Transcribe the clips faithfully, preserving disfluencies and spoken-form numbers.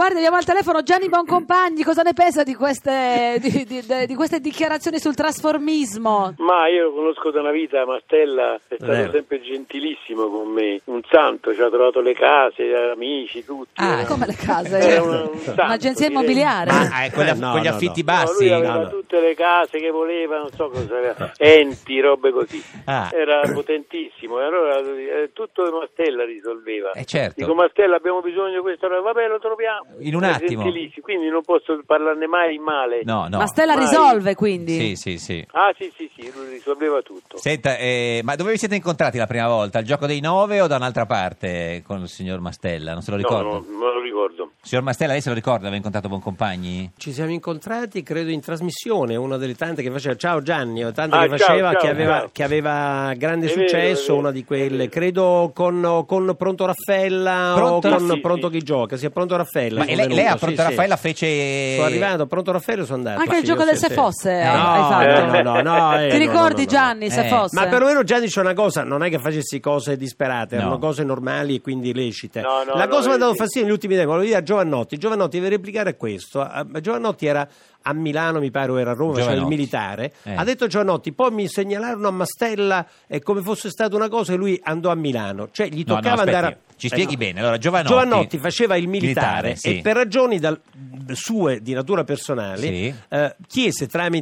Guardi, abbiamo al telefono Gianni Boncompagni, cosa ne pensa di queste, di, di, di, di queste dichiarazioni sul trasformismo? Ma io lo conosco da una vita, Mastella è stato Vero. sempre gentilissimo con me, un santo, ci ha trovato le case, amici, tutti. Ah, era- come le case? era un, un santo, Un'agenzia direi. immobiliare? Ah, eh, con, gli, Eh, no, con gli no, affitti no. No, bassi? lui aveva no, no. tutte le case che voleva, non so cosa aveva, enti, robe così. Ah. Era potentissimo e allora eh, tutto Mastella risolveva. Eh, certo. Dico, Mastella, abbiamo bisogno di questo, vabbè, lo troviamo. In un È attimo. gentilissimo, quindi non posso parlarne mai in male. No, no. Ma Stella Mai. risolve, quindi? Sì, sì, sì. Ah, sì, sì, sì, lui risolveva tutto. Senta, eh, ma dove vi siete incontrati la prima volta? Al gioco dei nove o da un'altra parte con il signor Mastella? Non se lo No, ricorda? no, non me lo ricordo. Signor Mastella, lei se lo ricorda? Aveva incontrato Boncompagni? Ci siamo incontrati, credo, in trasmissione, una delle tante che faceva. Ciao Gianni, o tante Ah, che ciao, faceva, ciao, che, aveva, ciao. che aveva grande È vero, successo, è vero, una di è quelle, vero. credo con, con Pronto Raffaella Pronto? o con Sì, sì, Pronto sì. Chi Gioca, sia Pronto Raffaella. Ma sono lei, lei venuto, a Pronto sì, sì. Raffaella fece... Sono arrivato, Pronto Raffaella sono andato. Anche il Sì, gioco io del sì, Se sì. Fosse No, hai fatto? no, no, no, eh, Ti no, ricordi, no, no, no. Gianni, Se Eh. Fosse? Ma perlomeno Gianni c'è una cosa, non è che facessi cose disperate, No. erano cose normali e quindi lecite. No, no, la no, cosa mi ha dato sì. fastidio negli ultimi tempi, volevo dire a Giovannotti, Giovannotti deve replicare questo. A- a Giovannotti era a Milano, mi pare, o era a Roma, faceva il Giovanotti. militare. Eh. Ha detto Giovannotti, poi mi segnalarono a Mastella e come fosse stata una cosa e lui andò a Milano. Cioè gli No, no, toccava aspetti, andare a... ci spieghi Eh, no. bene. Allora, Giovanotti... Giovannotti faceva il militare, Militare, sì. e per ragioni dal- sue di natura personale Sì. eh, chiese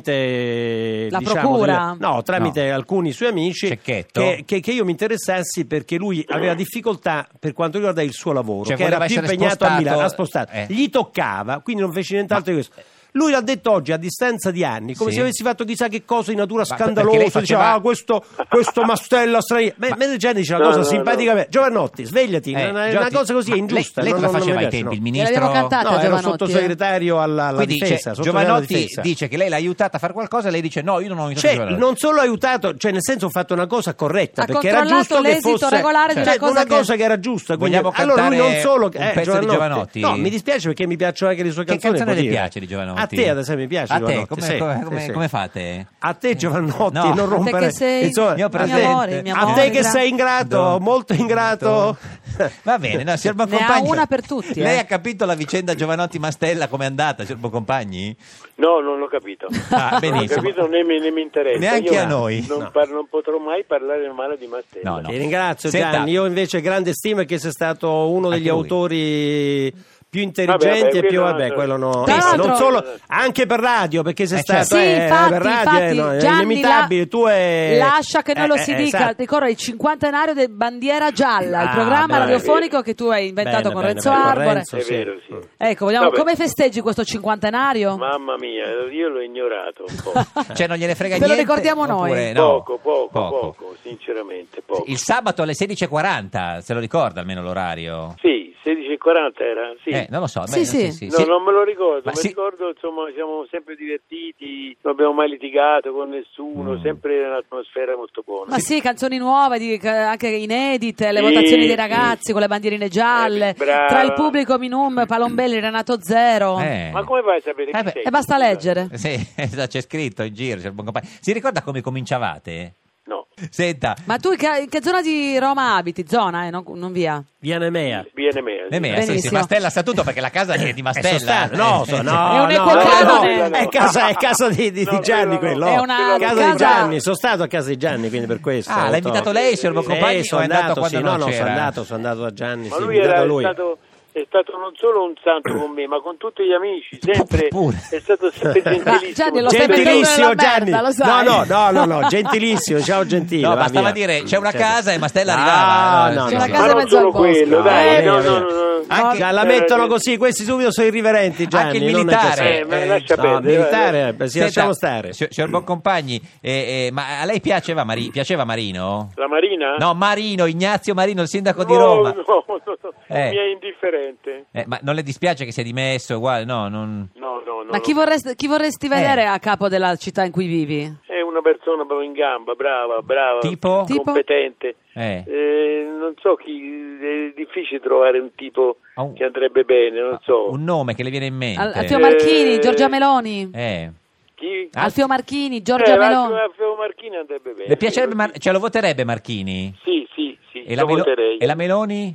tramite La diciamo, procura? delle- no, tramite No. alcuni suoi amici Cecchetto? che, che, che io mi interessassi perché lui aveva difficoltà per quanto riguarda il suo lavoro, Cioè, che era voleva più essere impegnato spostato- a Milano, ha spostato. eh. Gli toccava, quindi non fece nient'altro di questo. Lui l'ha detto oggi a distanza di anni, come Sì. se avessi fatto chissà che cosa di natura Ma perché lei scandalosa. faceva- Diceva, ah, questo, questo Mastella straniero. Ma, mentre Gianni dice una No, cosa no, simpaticamente. Giovannotti, svegliati, Eh, una, una Giovannotti, cosa così è ma ingiusta. Lei, lei non- cosa non- non faceva mi ai piace, tempi? no. Il Gliel'abbiamo ministro... cantata, No, ero Giovanotti, eh. sottosegretario alla, alla Quindi difesa. cioè, sottosegretario alla Giovanotti difesa. dice che lei l'ha aiutata a fare qualcosa e lei dice no, io non ho aiutato Cioè, Giovanotti. non solo ho aiutato, cioè nel senso ho fatto una cosa corretta, Ha perché era controllato giusto che l'esito fosse regolare di una cioè, cosa una che- cosa che era giusta. Quindi, Vogliamo allora lui non cantare solo un pezzo di Giovanotti? No, mi dispiace perché mi piacciono anche le sue Che canzoni. canzone può le dire. piace di Giovanotti? A te ad esempio mi piace A te, Giovanotti, come, sì, come- sì, come- sì. come fate? A te Giovanotti, No. non A te rompere che sei insomma, mio a te- amore, mio a amore, te che gra- sei ingrato, molto ingrato. Va bene, no, signor Ne ha Boncompagni. una per tutti, Lei eh. ha capito la vicenda Giovanotti-Mastella come è andata, signor Boncompagni? No, non l'ho capito. Ah, Non ho benissimo. capito, né mi, né mi interessa. Neanche Io a noi. Non, No. par- non potrò mai parlare male di Mastella. No, no. Ti ringrazio Senta- Gianni, io invece grande stima che sei stato uno degli Anche lui. autori più intelligenti Vabbè, vabbè, e più quello- vabbè quello no, Tra l'altro- non solo anche per radio perché sei Eh, stato certo. Sì, eh, infatti, per radio infatti, eh, no, è Gianni inimitabile la- tu è lascia che noi eh, lo eh, si eh, dica, esatto. ricorre il cinquantanario del Bandiera Gialla, il Ah, programma bene. radiofonico che tu hai inventato Bene, con bene, Renzo bene, con Arbore. Renzo, È sì. vero, sì. Ecco, vogliamo, Vabbè. come festeggi questo cinquantanario? Mamma mia, io l'ho ignorato un po'. Cioè non gliene frega Ve lo niente? ricordiamo noi? Oppure no? Poco, poco, poco, sinceramente, poco. Il sabato alle sedici e quaranta, se lo ricorda almeno l'orario? Sì, sedici e quaranta era? Sì. Eh, non lo so. Sì, beh, sì. No, non me lo ricordo, Ma mi sì- ricordo, insomma, siamo sempre divertiti, non abbiamo mai litigato con nessuno, Mm. sempre un'atmosfera molto buona. Ma sì, canzoni nuove, di- anche inedite, le Sì, votazioni dei sì. ragazzi con le bandierine gialle, Eh, brava. tra il pubblico Minum, Palombelli, Renato Zero. Eh. Ma come fai a sapere chi Eh beh, sei? E basta leggere. Sì, esatto, c'è scritto in giro, signor Boncompagni. Si ricorda come cominciavate? No, Senta, Ma tu in che, in che zona di Roma abiti? Zona, eh, non, non via. Via Nemea. viene me. Nemea, sì, sì, Benissimo. Mastella sa tutto perché la casa è di Eh, Mastella. sono stato- no, so- no, È un no, equocanone. no, no, è casa, è casa di, di- di No, Gianni quello no. quello. È una casa, casa- di Gianni, sono stato a casa di Gianni, quindi per questo. Ah, l'ha invitato lei, signor Boncompagni, Eh, sono o è andato andato, quando sì, non no, no, c'era? sono andato, sono andato da Gianni, Ma sì, lui invitato era lui. stato, è stato non solo un santo con me, ma con tutti gli amici, sempre, Pure. è stato sempre gentilissimo. Gianni, lo stai Gentilissimo mettendo nella Gianni, merda, lo no, sai. no, no, no, no, gentilissimo, ciao gentile. No, va bastava via. dire c'è una Certo. casa e Mastella Ah, arrivava. no, sì, no, C'è sì. una Ma casa in non mezzo al solo bosco. quello, No, dai, via, no, via. no, no, no. Anche- Già, la mettono così, questi subito sono irriverenti Gianni. Anche il non è militare. così. Eh, ma eh, lascia No, perdere. militare, beh, sì, Senta, lasciamo stare. Signor, signor Boncompagni, eh, eh, ma a lei piaceva, Mari- piaceva Marino? La Marina? No, Marino, Ignazio Marino, il sindaco di No, Roma. no, no, no, Eh. mi è indifferente. Eh, ma non le dispiace che sia dimesso? Uguale, no, non... No, no, no. Ma chi no. vorresti, chi vorresti vedere Eh. a capo della città in cui vivi? È una persona proprio in gamba, brava, brava, Tipo? Tipo? competente. Eh. Eh, non so chi, è difficile trovare un tipo Ah, un- che andrebbe bene, non so. Un nome che le viene in mente. Al- Alfio Marchini, Eh. Giorgia Meloni. Eh. Chi? Ah, Alfio Marchini, Giorgia eh, Meloni. Alfio Marchini andrebbe bene. Le piacerebbe, Mar- cioè lo voterebbe Marchini? Sì, sì, sì, E lo la, Melo- voterei. e la Meloni? No, la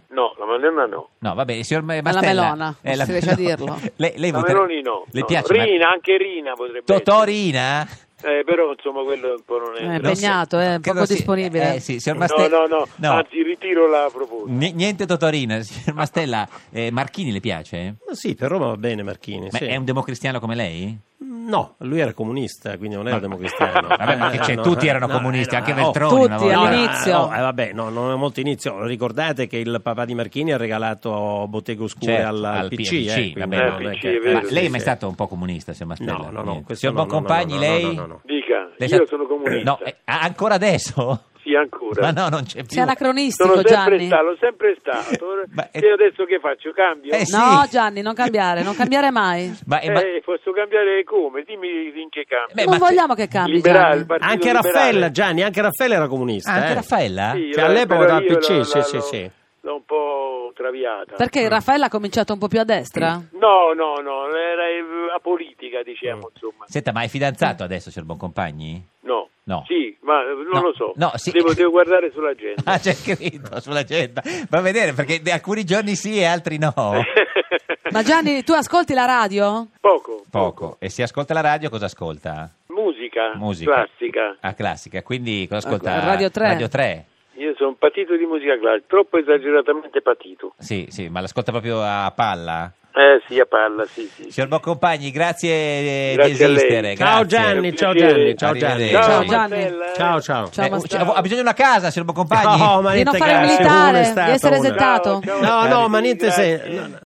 ma Melona no. No, vabbè, signor la Mastella. Melona, eh, si riesce a dirlo. Lei, lei La vota- Meloni no. Le no. piace? ma- Rina, anche Rina potrebbe Totò essere. Rina? Eh, però insomma quello un po' non è... È Non impegnato, so- è credo poco sì- disponibile. Eh, sì, signor No, Mastella. no, no, anzi ritiro la proposta. Ni- niente Totorina, signor Mastella. eh, Marchini le piace? Ma sì, per Roma va bene Marchini. Ma sì. è un democristiano come lei? No, lui era comunista, quindi non era democristiano. Vabbè, ma che c'è? no, Tutti erano no, comunisti, eh, anche no, Veltroni. Tutti, una volta. No, all'inizio. no, eh, vabbè, no, non è molto inizio. Ricordate che il papà di Marchini ha regalato botteghe oscure Certo, al, al P C, P C, eh, quindi vabbè, non no. è P C, che- è vero, Ma sì, lei è sì, mai sì. stato un po' comunista, signor Mastella? No, no, no. Niente. questo Signor no, no, Boncompagni, no, no, lei? no, no, no. Dica, Lei io sa- sono comunista. No, eh, ancora adesso? Sì, ancora. Ma no, non c'è più. Sei anacronistico, Sono sempre Gianni. stato, sempre stato. Ma- E adesso che faccio? Cambio? Eh, sì. No, Gianni, non cambiare, non cambiare mai. Ma, eh, ma- Eh, posso cambiare come? Dimmi in che cambio. Beh, non ma- vogliamo che cambi, Liberale, Gianni. il partito Anche liberale. Raffaella, Gianni, anche Raffaella era comunista. anche eh. Raffaella? Sì, Cioè, la- all'epoca però da io P C, la- sì, la- sì, l'ho- sì. L'ho un po' traviata. Perché Raffaella ha cominciato un po' più a destra? No, no, no, era eh, apolitica, diciamo, insomma. Senta, ma è fidanzato adesso, signor Boncompagni? No. No. Sì, ma eh, non No, lo so. no, sì. Devo, devo guardare sull'agenda. Ah, c'è scritto sull'agenda. Va a vedere, perché de- alcuni giorni sì e altri no. Ma Gianni, tu ascolti la radio? Poco, Poco. E se ascolta la radio, cosa ascolta? Musica, Musica. classica. Ah, classica. Quindi cosa ascolta? Radio tre. Radio tre. Io sono patito di musica classica, troppo esageratamente patito. Sì, sì, ma l'ascolta proprio a palla? Eh sì, a palla, sì, sì. Signor Boncompagni, grazie, eh, Grazie di a lei. esistere. Ciao grazie. Gianni, ciao Piacere. Gianni, ciao Gianni. Arrivederci. Ciao, Gianni. Marcella, eh. Ciao, ciao. Ciao, Eh, Mastella. ha bisogno di una casa, signor Boncompagni? No, ma Di non niente fare il cazzo, militare, uno è di stato essere uno. esentato. Ciao, ciao. No, no, ma Grazie. niente se... no, no.